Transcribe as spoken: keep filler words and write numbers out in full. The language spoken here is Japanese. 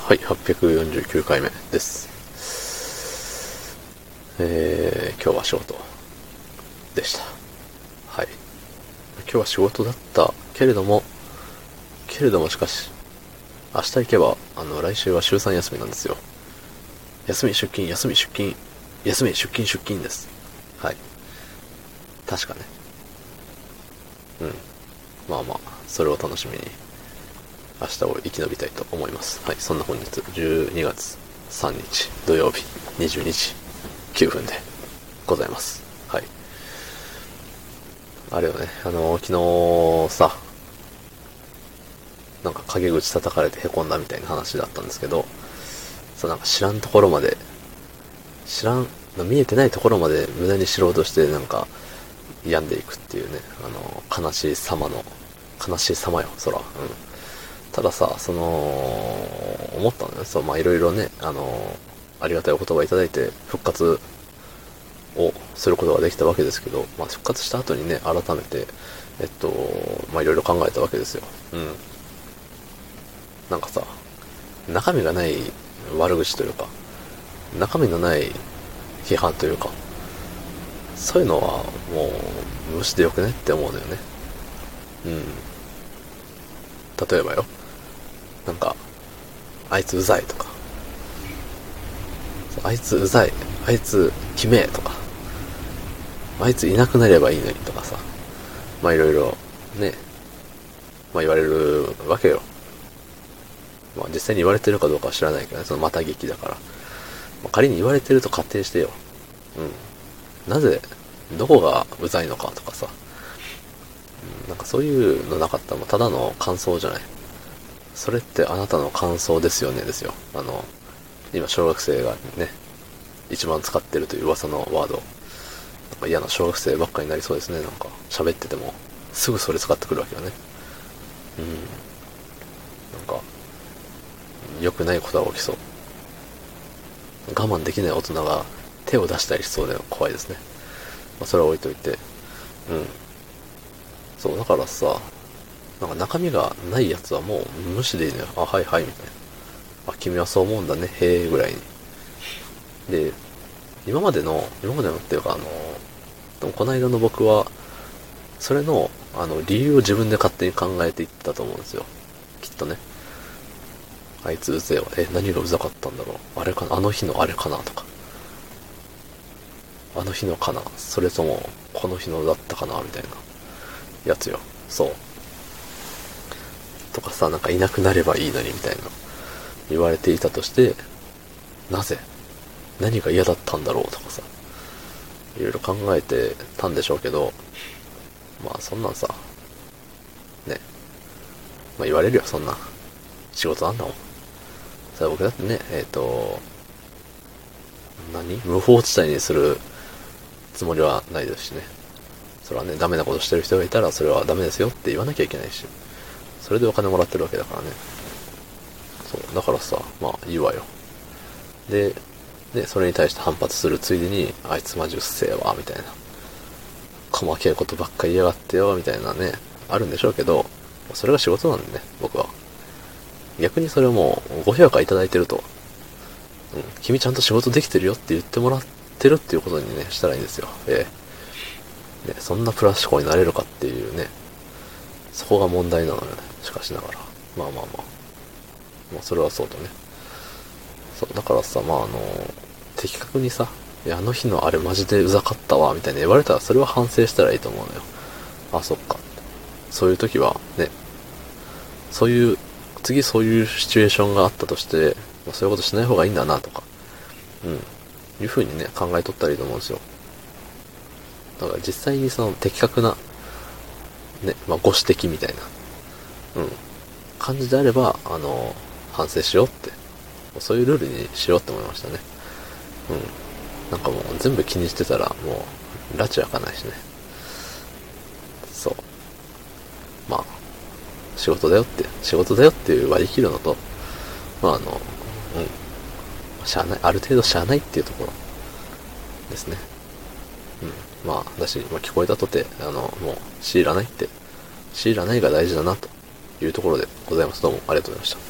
はい、はっぴゃくよんじゅうきゅうかいめです。えー、今日は仕事でした。はい。今日は仕事だったけれども、けれどもしかし、明日行けば、あの、来週は週さん休みなんですよ。休み出勤、休み出勤、休み出勤出勤です。はい。確かね。うん。まあまあ、それを楽しみに、明日を生き延びたいと思います。はい、そんな本日じゅうにがつさんにち土曜日にじゅうにじきゅうふんでございます。はい。あれよね、あの昨日さ、なんか陰口叩かれて凹んだみたいな話だったんですけど、そうなんか知らんところまで、知らん、見えてないところまで無駄に知ろうとしてなんか病んでいくっていうね、あの悲しい様の悲しい様よ、そら。うん。たださ、その、思ったのよ。そう、まあいろいろね、あの、ありがたいお言葉いただいて、復活をすることができたわけですけど、まあ復活した後にね、改めて、えっと、まあいろいろ考えたわけですよ。うん。なんかさ、中身がない悪口というか、中身のない批判というか、そういうのはもう無視でよくねって思うのよね。うん。例えばよ、なんか、あいつうざいとか、あいつうざい、あいつきめえとか、あいついなくなればいいのにとかさ、まあいろいろね、まあ言われるわけよ。まあ実際に言われてるかどうかは知らないけどね、そのまた劇だから。まあ、仮に言われてると仮定してよ。うん。なぜ、どこがうざいのかとかさ、うん、なんかそういうのなかったら、ただの感想じゃない。それってあなたの感想ですよね、ですよ。あの、今小学生がね、一番使ってるという噂のワード。なんか嫌な小学生ばっかりになりそうですね。なんか喋っててもすぐそれ使ってくるわけよね。うん。なんか良くないことが起きそう。我慢できない大人が手を出したりしそうで怖いですね。まあ、それは置いといて。うん。そう、だからさ、なんか中身がないやつはもう無視でいいのよ。あ、はいはい、みたいな。あ、君はそう思うんだね、へえ、ぐらいに。で、今までの、今までのっていうか、あの、でもこの間の僕は、それの、あの、理由を自分で勝手に考えていったと思うんですよ。きっとね。あいつうぜえわ。え、何がうざかったんだろう。あれかな、あの日のあれかなとか。あの日のかな、それとも、この日のだったかなみたいな、やつよ。そう。とかさ、なんかいなくなればいいのにみたいな、言われていたとして、なぜ何が嫌だったんだろうとかさ、いろいろ考えてたんでしょうけど、まあそんなんさ、ね、まあ言われるよ、そんな。仕事なんだもん。それ僕だってね、えっ、ー、と、何無法地帯にするつもりはないですしね。それはね、ダメなことしてる人がいたら、それはダメですよって言わなきゃいけないし、それでお金もらってるわけだからね。そう、だからさ、まあいいわよ。で、で、それに対して反発するついでに、あいつマジうっせえわ、みたいな。細けいことばっかり言いやがってよ、みたいなね、あるんでしょうけど、それが仕事なんでね、僕は。逆にそれをもう、ご評価いただいてると、うん、君ちゃんと仕事できてるよって言ってもらってるっていうことにね、したらいいんですよ。ええ。ね、そんなプラス思考になれるかっていうね、そこが問題なのよね、しかしながら。まあまあまあ。まあそれはそうだね。そう、だからさ、まああの、的確にさ、いや、あの日のあれマジでうざかったわ、みたいな言われたらそれは反省したらいいと思うのよ。あ、そっか。そういう時は、ね、そういう、次そういうシチュエーションがあったとして、まあ、そういうことしない方がいいんだなとか、うん、いう風にね、考えとったらいいと思うんですよ。だから実際にその的確な、ね、まあご指摘みたいな、うん、感じであれば、あの、反省しようって、そういうルールにしようって思いましたね。うん。なんかもう全部気にしてたら、もう、拉致開かないしね。そう。まあ、仕事だよって、仕事だよっていう割り切るのと、まああの、うん、しゃあない、ある程度しゃあないっていうところですね。うん。まあ、私、まあ、聞こえたとて、あの、もう、強いらないって、強いらないが大事だな、というところでございます。どうもありがとうございました。